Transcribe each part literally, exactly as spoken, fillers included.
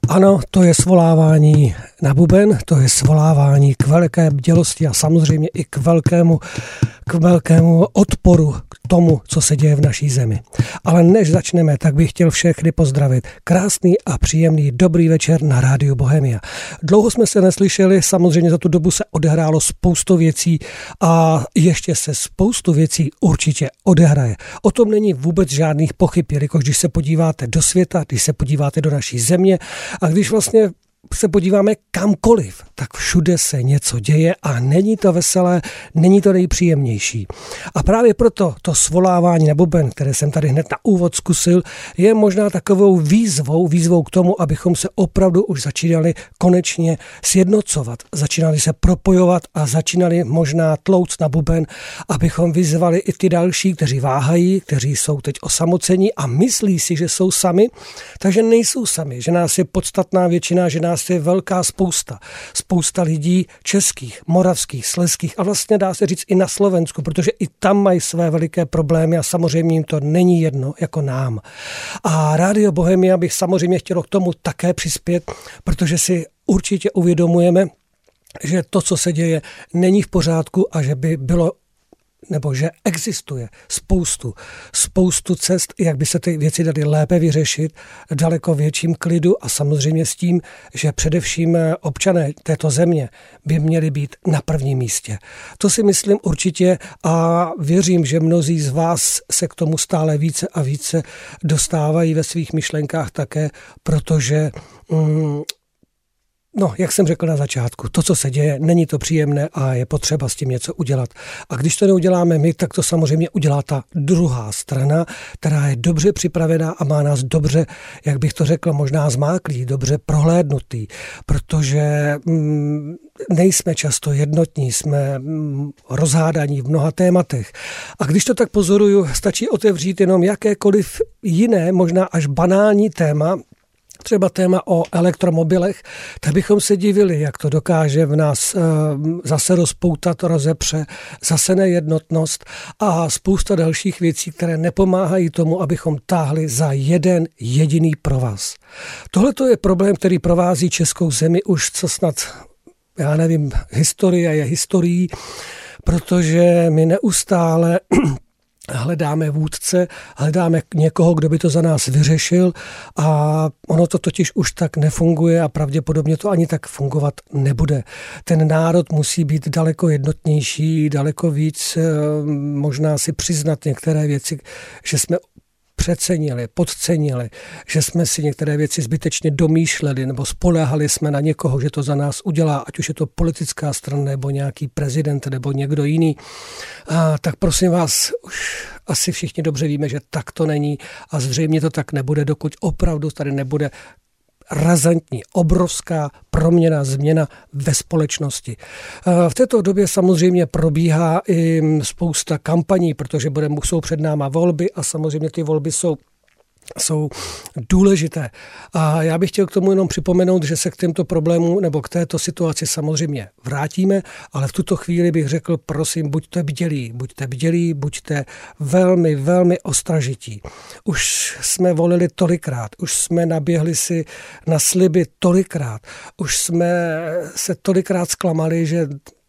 Ano, to je svolávání na buben, to je svolávání k velké bdělosti a samozřejmě i k velkému, k velkému odporu k tomu, co se děje v naší zemi. Ale než začneme, tak bych chtěl všechny pozdravit. Krásný a příjemný dobrý večer na Rádiu Bohemia. Dlouho jsme se neslyšeli, samozřejmě za tu dobu se odehrálo spoustu věcí a ještě se spoustu věcí určitě odehraje. O tom není vůbec žádných pochyb, jelikož když se podíváte do světa, když se podíváte do naší země a když vlastně se podíváme kamkoliv, tak všude se něco děje a není to veselé, není to nejpříjemnější. A právě proto to svolávání na buben, které jsem tady hned na úvod zkusil, je možná takovou výzvou, výzvou k tomu, abychom se opravdu už začínali konečně sjednocovat, začínali se propojovat a začínali možná tlouct na buben, abychom vyzvali i ty další, kteří váhají, kteří jsou teď osamocení a myslí si, že jsou sami, takže nejsou sami, že nás je podstatná většina, že nás je velká spousta. Spousta lidí českých, moravských, slezských a vlastně dá se říct i na Slovensku, protože i tam mají své veliké problémy a samozřejmě jim to není jedno jako nám. A Rádio Bohemia bych samozřejmě chtělo k tomu také přispět, protože si určitě uvědomujeme, že to, co se děje, není v pořádku a že by bylo nebo že existuje spoustu, spoustu cest, jak by se ty věci daly lépe vyřešit, daleko větším klidu a samozřejmě s tím, že především občané této země by měli být na prvním místě. To si myslím určitě a věřím, že mnozí z vás se k tomu stále více a více dostávají ve svých myšlenkách také, protože mm, No, jak jsem řekl na začátku, to, co se děje, není to příjemné a je potřeba s tím něco udělat. A když to neuděláme my, tak to samozřejmě udělá ta druhá strana, která je dobře připravená a má nás dobře, jak bych to řekl, možná zmáklý, dobře prohlédnutý, protože mm, nejsme často jednotní, jsme mm, rozhádaní v mnoha tématech. A když to tak pozoruju, stačí otevřít jenom jakékoliv jiné, možná až banální téma, třeba téma o elektromobilech, tak bychom se divili, jak to dokáže v nás e, zase rozpoutat, rozepře, zase nejednotnost a spousta dalších věcí, které nepomáhají tomu, abychom táhli za jeden jediný provaz. Tohle to je problém, který provází českou zemi už co snad, já nevím, historie je historií, protože my neustále hledáme vůdce, hledáme někoho, kdo by to za nás vyřešil a ono to totiž už tak nefunguje a pravděpodobně to ani tak fungovat nebude. Ten národ musí být daleko jednotnější, daleko víc možná si přiznat některé věci, že jsme přecenili, podcenili, že jsme si některé věci zbytečně domýšleli nebo spoléhali jsme na někoho, že to za nás udělá, ať už je to politická strana nebo nějaký prezident nebo někdo jiný. A tak prosím vás, už asi všichni dobře víme, že tak to není a zřejmě to tak nebude, dokud opravdu tady nebude razantní, obrovská proměna, změna ve společnosti. V této době samozřejmě probíhá i spousta kampaní, protože bude, jsou před náma volby a samozřejmě ty volby jsou jsou důležité. A já bych chtěl k tomu jenom připomenout, že se k těmto problémům nebo k této situaci samozřejmě vrátíme, ale v tuto chvíli bych řekl, prosím, buďte bdělí, buďte bdělí, buďte velmi, velmi ostražití. Už jsme volili tolikrát, už jsme naběhli si na sliby tolikrát, už jsme se tolikrát zklamali, že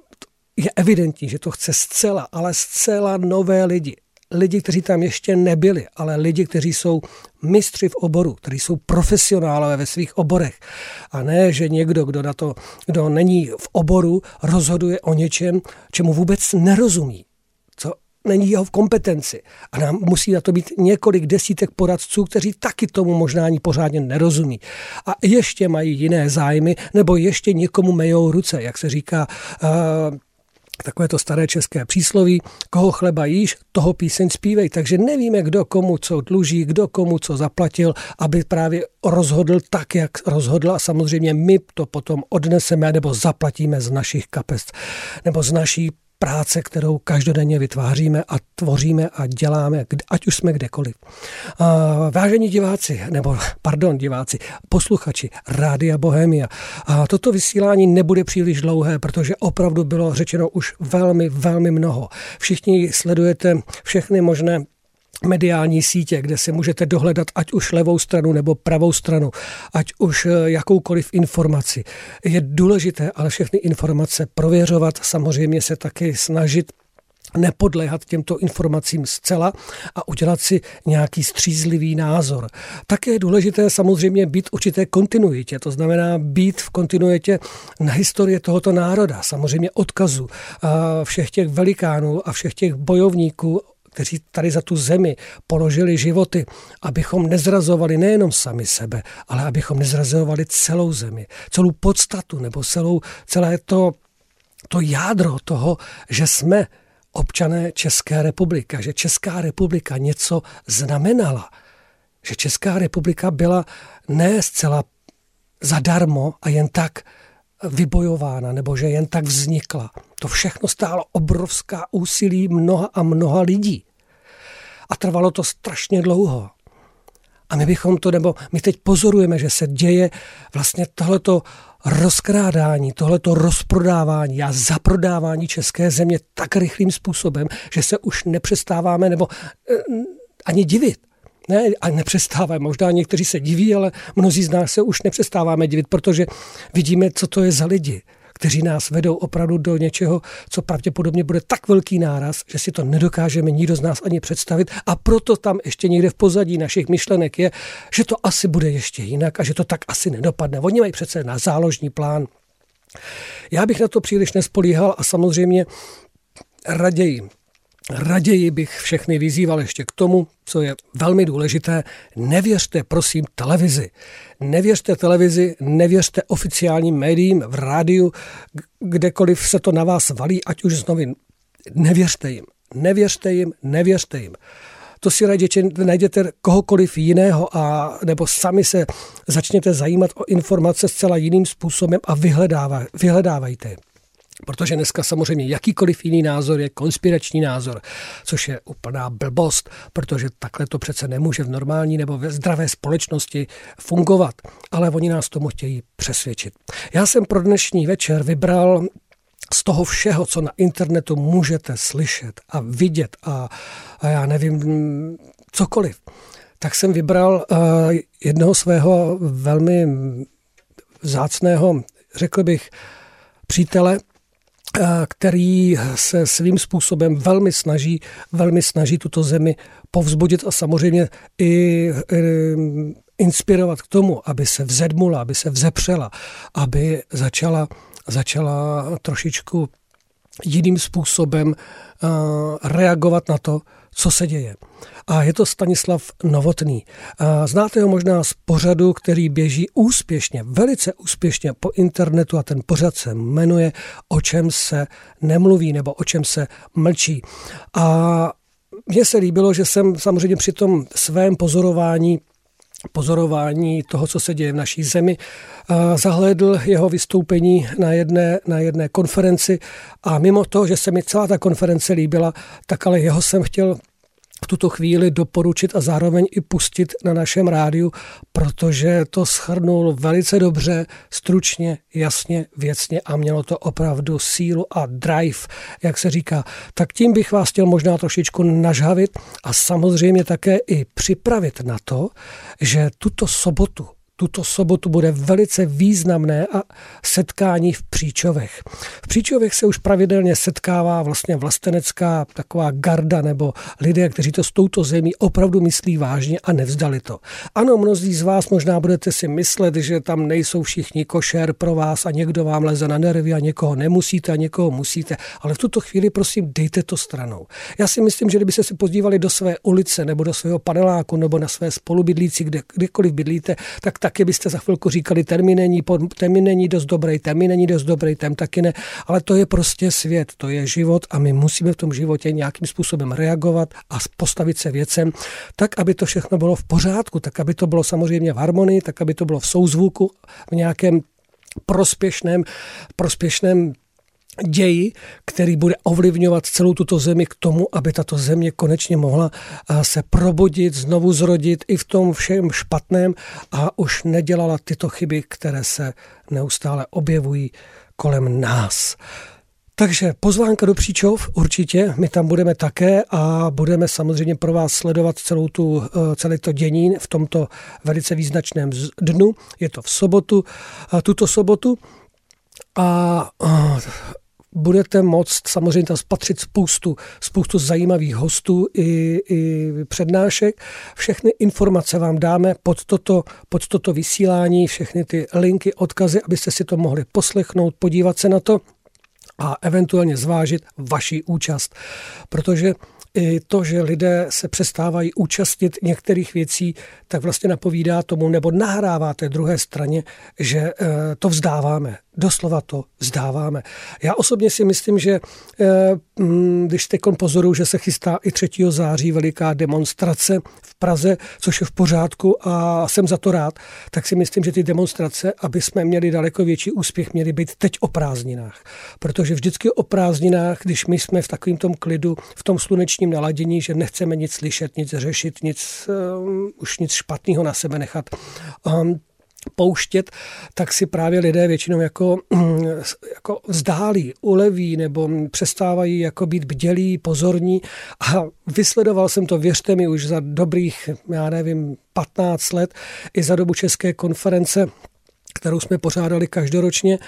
je evidentní, že to chce zcela, ale zcela nové lidi. Lidi, kteří tam ještě nebyli, ale lidi, kteří jsou mistři v oboru, kteří jsou profesionálové ve svých oborech. A ne, že někdo, kdo na to, kdo není v oboru, rozhoduje o něčem, čemu vůbec nerozumí, co není jeho v kompetenci. A nám musí na to být několik desítek poradců, kteří taky tomu možná ani pořádně nerozumí. A ještě mají jiné zájmy, nebo ještě někomu mejou ruce, jak se říká, uh, takové to staré české přísloví, koho chleba jíš, toho píseň zpívej. Takže nevíme, kdo komu co dluží, kdo komu co zaplatil, aby právě rozhodl tak, jak rozhodl. A samozřejmě my to potom odneseme nebo zaplatíme z našich kapes nebo z naší práce, kterou každodenně vytváříme a tvoříme a děláme, ať už jsme kdekoliv. Vážení diváci, nebo pardon diváci, posluchači Rádia Bohemia, toto vysílání nebude příliš dlouhé, protože opravdu bylo řečeno už velmi, velmi mnoho. Všichni sledujete všechny možné mediální sítě, kde si můžete dohledat ať už levou stranu nebo pravou stranu, ať už jakoukoliv informaci. Je důležité ale všechny informace prověřovat, samozřejmě se taky snažit nepodléhat těmto informacím zcela a udělat si nějaký střízlivý názor. Také je důležité samozřejmě být v určité kontinuitě, to znamená být v kontinuitě na historii tohoto národa, samozřejmě odkazu všech těch velikánů a všech těch bojovníků, kteří tady za tu zemi položili životy, abychom nezrazovali nejenom sami sebe, ale abychom nezrazovali celou zemi, celou podstatu nebo celou, celé to, to jádro toho, že jsme občané České republiky, že Česká republika něco znamenala, že Česká republika byla ne zcela zadarmo a jen tak vybojována, nebo že jen tak vznikla. To všechno stálo obrovská úsilí mnoha a mnoha lidí. A trvalo to strašně dlouho. A my bychom to, nebo my teď pozorujeme, že se děje vlastně tohleto rozkrádání, tohleto rozprodávání a zaprodávání české země tak rychlým způsobem, že se už nepřestáváme, nebo eh, ani divit. Ne, a nepřestáváme. Možná někteří se diví, ale mnozí z nás se už nepřestáváme divit, protože vidíme, co to je za lidi, kteří nás vedou opravdu do něčeho, co pravděpodobně bude tak velký náraz, že si to nedokážeme nikdo z nás ani představit, a proto tam ještě někde v pozadí našich myšlenek je, že to asi bude ještě jinak a že to tak asi nedopadne. Oni mají přece na záložní plán. Já bych na to příliš nespolíhal a samozřejmě raději Raději bych všechny vyzýval ještě k tomu, co je velmi důležité. Nevěřte prosím televizi. Nevěřte televizi, nevěřte oficiálním médiím, v rádiu, kdekoliv se to na vás valí, ať už z novin. Nevěřte jim, nevěřte jim, nevěřte jim. To si raději najděte kohokoliv jiného a nebo sami se začněte zajímat o informace zcela jiným způsobem a vyhledávaj, vyhledávajte. Protože dneska samozřejmě jakýkoliv jiný názor je konspirační názor, což je úplná blbost, protože takhle to přece nemůže v normální nebo ve zdravé společnosti fungovat. Ale oni nás tomu chtějí přesvědčit. Já jsem pro dnešní večer vybral z toho všeho, co na internetu můžete slyšet a vidět a, a já nevím, cokoliv, tak jsem vybral uh, jednoho svého velmi vzácného, řekl bych, přítele, který se svým způsobem velmi snaží, velmi snaží tuto zemi povzbudit a samozřejmě i, i inspirovat k tomu, aby se vzedmula, aby se vzepřela, aby začala, začala trošičku jiným způsobem uh, reagovat na to, co se děje. A je to Stanislav Novotný. A znáte ho možná z pořadu, který běží úspěšně, velice úspěšně po internetu a ten pořad se jmenuje O čem se nemluví nebo O čem se mlčí. A mně se líbilo, že jsem samozřejmě při tom svém pozorování pozorování toho, co se děje v naší zemi, zahlédl jeho vystoupení na jedné, na jedné konferenci a mimo to, že se mi celá ta konference líbila, tak ale jeho jsem chtěl v tuto chvíli doporučit a zároveň i pustit na našem rádiu, protože to shrnul velice dobře, stručně, jasně, věcně a mělo to opravdu sílu a drive, jak se říká. Tak tím bych vás chtěl možná trošičku nažhavit a samozřejmě také i připravit na to, že tuto sobotu Tuto sobotu bude velice významné a setkání v Příčovech. V Příčovech se už pravidelně setkává vlastně vlastenecká taková garda nebo lidé, kteří to s touto zemí opravdu myslí vážně a nevzdali to. Ano, mnozí z vás možná budete si myslet, že tam nejsou všichni košer pro vás a někdo vám leze na nervy a někoho nemusíte a někoho musíte, ale v tuto chvíli prosím dejte to stranou. Já si myslím, že kdybyste se podívali do své ulice nebo do svého paneláku nebo na své spolubydlící, kde, kdekoliv bydlíte, tak taky byste za chvilku říkali, ten mi není, ten mi není dost dobrý, ten mi není dost dobrý, ten taky ne, ale to je prostě svět, to je život a my musíme v tom životě nějakým způsobem reagovat a postavit se věcem, tak, aby to všechno bylo v pořádku, tak, aby to bylo samozřejmě v harmonii, tak, aby to bylo v souzvuku, v nějakém prospěšném, prospěšném ději, který bude ovlivňovat celou tuto zemi k tomu, aby tato země konečně mohla se probudit, znovu zrodit i v tom všem špatném a už nedělala tyto chyby, které se neustále objevují kolem nás. Takže pozvánka do Příčov určitě, my tam budeme také a budeme samozřejmě pro vás sledovat celou tu, celé to dění v tomto velice význačném dnu. Je to v sobotu, tuto sobotu a budete moct samozřejmě tam spatřit spoustu, spoustu zajímavých hostů i, i přednášek. Všechny informace vám dáme pod toto, pod toto vysílání, všechny ty linky, odkazy, abyste si to mohli poslechnout, podívat se na to a eventuálně zvážit vaši účast. Protože i to, že lidé se přestávají účastnit některých věcí, tak vlastně napovídá tomu, nebo nahrává té druhé straně, že to vzdáváme. Doslova to vzdáváme. Já osobně si myslím, že když teď pozoruju, že se chystá i třetího září veliká demonstrace v Praze, což je v pořádku a jsem za to rád, tak si myslím, že ty demonstrace, aby jsme měli daleko větší úspěch, měly být teď o prázdninách. Protože vždycky o prázdninách, když my jsme v takovém tom klidu, v tom slunečním naladění, že nechceme nic slyšet, nic řešit, nic, um, už nic špatného na sebe nechat um, pouštět, tak si právě lidé většinou jako, jako vzdálí, uleví nebo přestávají jako být bdělí, pozorní a vysledoval jsem to, věřte mi, už za dobrých, já nevím, patnáct let i za dobu České konference, kterou jsme pořádali každoročně,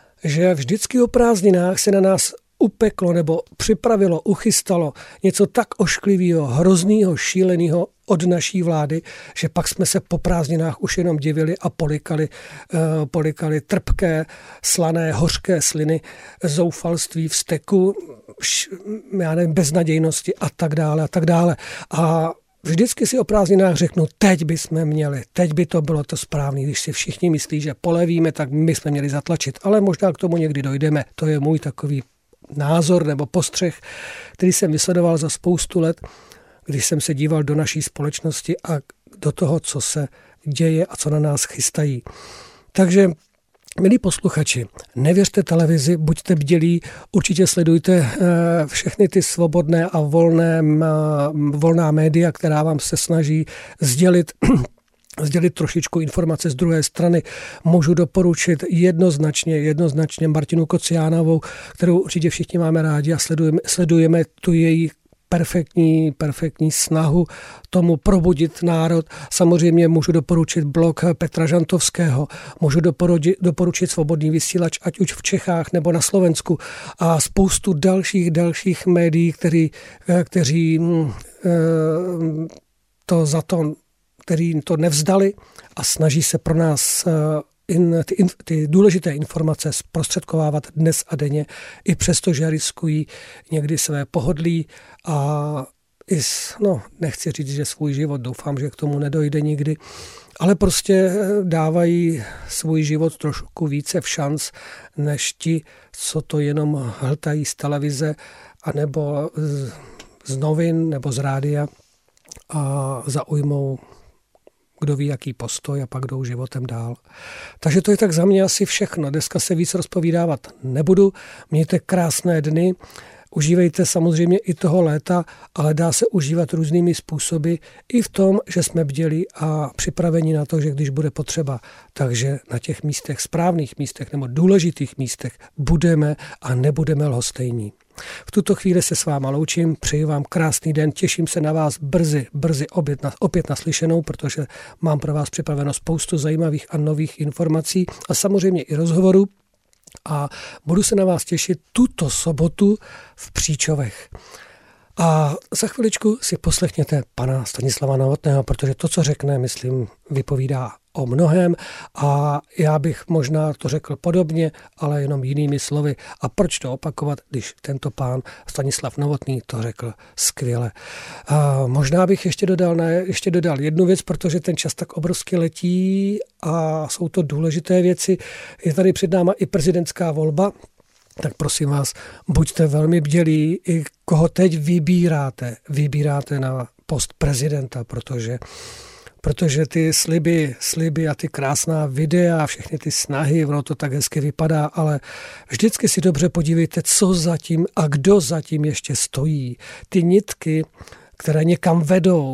že vždycky o prázdninách se na nás upeklo nebo připravilo, uchystalo něco tak ošklivého, hroznýho, šíleného od naší vlády, že pak jsme se po prázdninách už jenom divili a polikali, uh, polikali trpké, slané, hořké sliny, zoufalství, vzteku, š, já nevím, beznadějnosti a tak dále a tak dále. A vždycky si o prázdninách řeknu, teď bychom měli, teď by to bylo to správné, když si všichni myslí, že polevíme, tak my jsme měli zatlačit, ale možná k tomu někdy dojdeme, to je můj takový názor nebo postřeh, který jsem vysledoval za spoustu let, když jsem se díval do naší společnosti a do toho, co se děje a co na nás chystají. Takže, milí posluchači, nevěřte televizi, buďte bdělí, určitě sledujte všechny ty svobodné a volné, volná média, která vám se snaží sdělit sdělit trošičku informace z druhé strany. Můžu doporučit jednoznačně, jednoznačně Martinu Kociánovou, kterou určitě všichni máme rádi a sledujeme, sledujeme tu její perfektní, perfektní snahu tomu probudit národ. Samozřejmě můžu doporučit blog Petra Žantovského, můžu doporučit, doporučit Svobodný vysílač, ať už v Čechách nebo na Slovensku a spoustu dalších, dalších médií, který, kteří to za to který to nevzdali a snaží se pro nás in, ty, ty důležité informace zprostředkovávat dnes a denně, i přesto, že riskují někdy své pohodlí a i, no, nechci říct, že svůj život, doufám, že k tomu nedojde nikdy, ale prostě dávají svůj život trošku více v šanc, než ti, co to jenom hltají z televize anebo z, z novin nebo z rádia a zaujmou kdo ví, jaký postoj a pak jdou životem dál. Takže to je tak za mě asi všechno. Dneska se víc rozpovídávat nebudu. Mějte krásné dny. Užívejte samozřejmě i toho léta, ale dá se užívat různými způsoby i v tom, že jsme bděli a připraveni na to, že když bude potřeba, takže na těch místech, správných místech nebo důležitých místech budeme a nebudeme lhostejní. V tuto chvíli se s váma loučím, přeji vám krásný den, těším se na vás brzy, brzy opět, na, opět naslyšenou, protože mám pro vás připraveno spoustu zajímavých a nových informací a samozřejmě i rozhovorů a budu se na vás těšit tuto sobotu v Příčovech. A za chviličku si poslechněte pana Stanislava Novotného, protože to, co řekne, myslím, vypovídá o mnohém a já bych možná to řekl podobně, ale jenom jinými slovy. A proč to opakovat, když tento pán Stanislav Novotný to řekl skvěle. A možná bych ještě dodal, ne, ještě dodal jednu věc, protože ten čas tak obrovsky letí a jsou to důležité věci. Je tady před náma i prezidentská volba, tak prosím vás, buďte velmi bdělí, i koho teď vybíráte, vybíráte na post prezidenta, protože protože ty sliby, sliby a ty krásná videa, všechny ty snahy, ono to tak hezky vypadá, ale vždycky si dobře podívejte, co zatím a kdo zatím ještě stojí. Ty nitky, které někam vedou,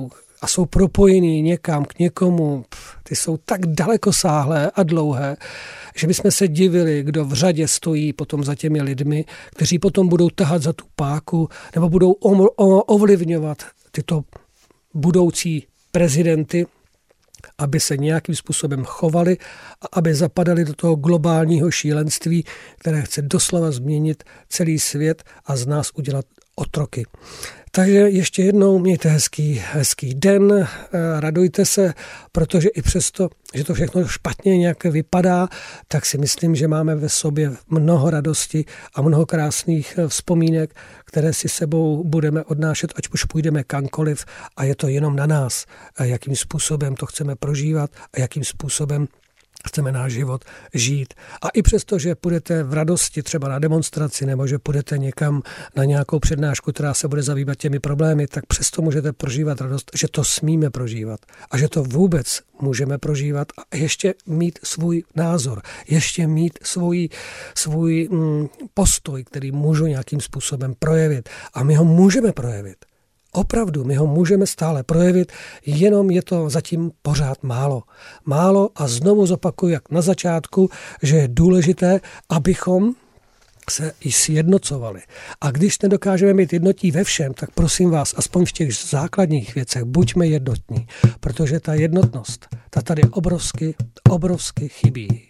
a jsou propojený někam k někomu, ty jsou tak dalekosáhlé a dlouhé, že bychom se divili, kdo v řadě stojí potom za těmi lidmi, kteří potom budou tahat za tu páku nebo budou ovlivňovat tyto budoucí prezidenty, aby se nějakým způsobem chovali a aby zapadali do toho globálního šílenství, které chce doslova změnit celý svět a z nás udělat otroky. Takže ještě jednou mějte hezký, hezký den, radujte se, protože i přesto, že to všechno špatně nějak vypadá, tak si myslím, že máme ve sobě mnoho radosti a mnoho krásných vzpomínek, které si sebou budeme odnášet, ať už půjdeme kamkoliv, a je to jenom na nás, jakým způsobem to chceme prožívat a jakým způsobem chceme náš život žít. A i přesto, že půjdete v radosti třeba na demonstraci nebo že půjdete někam na nějakou přednášku, která se bude zabývat těmi problémy, tak přesto můžete prožívat radost, že to smíme prožívat a že to vůbec můžeme prožívat a ještě mít svůj názor, ještě mít svůj, svůj mm, postoj, který můžu nějakým způsobem projevit. A my ho můžeme projevit. Opravdu, my ho můžeme stále projevit, jenom je to zatím pořád málo. Málo a znovu zopakuju, jak na začátku, že je důležité, abychom se i sjednocovali. A když nedokážeme být jednotní ve všem, tak prosím vás, aspoň v těch základních věcech, buďme jednotní, protože ta jednotnost, ta tady obrovsky, obrovsky chybí.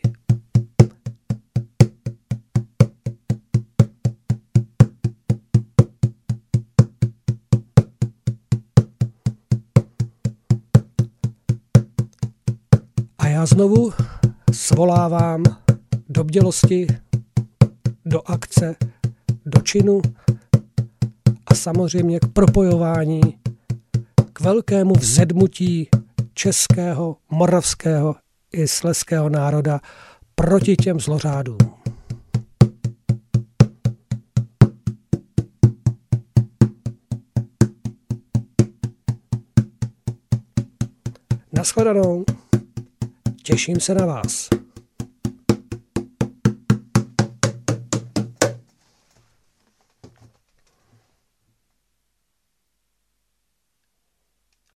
A já znovu svolávám do bdělosti, do akce, do činu a samozřejmě k propojování, k velkému vzedmutí českého, moravského i slezského národa proti těm zlořádům. Nashledanou. Těším se na vás.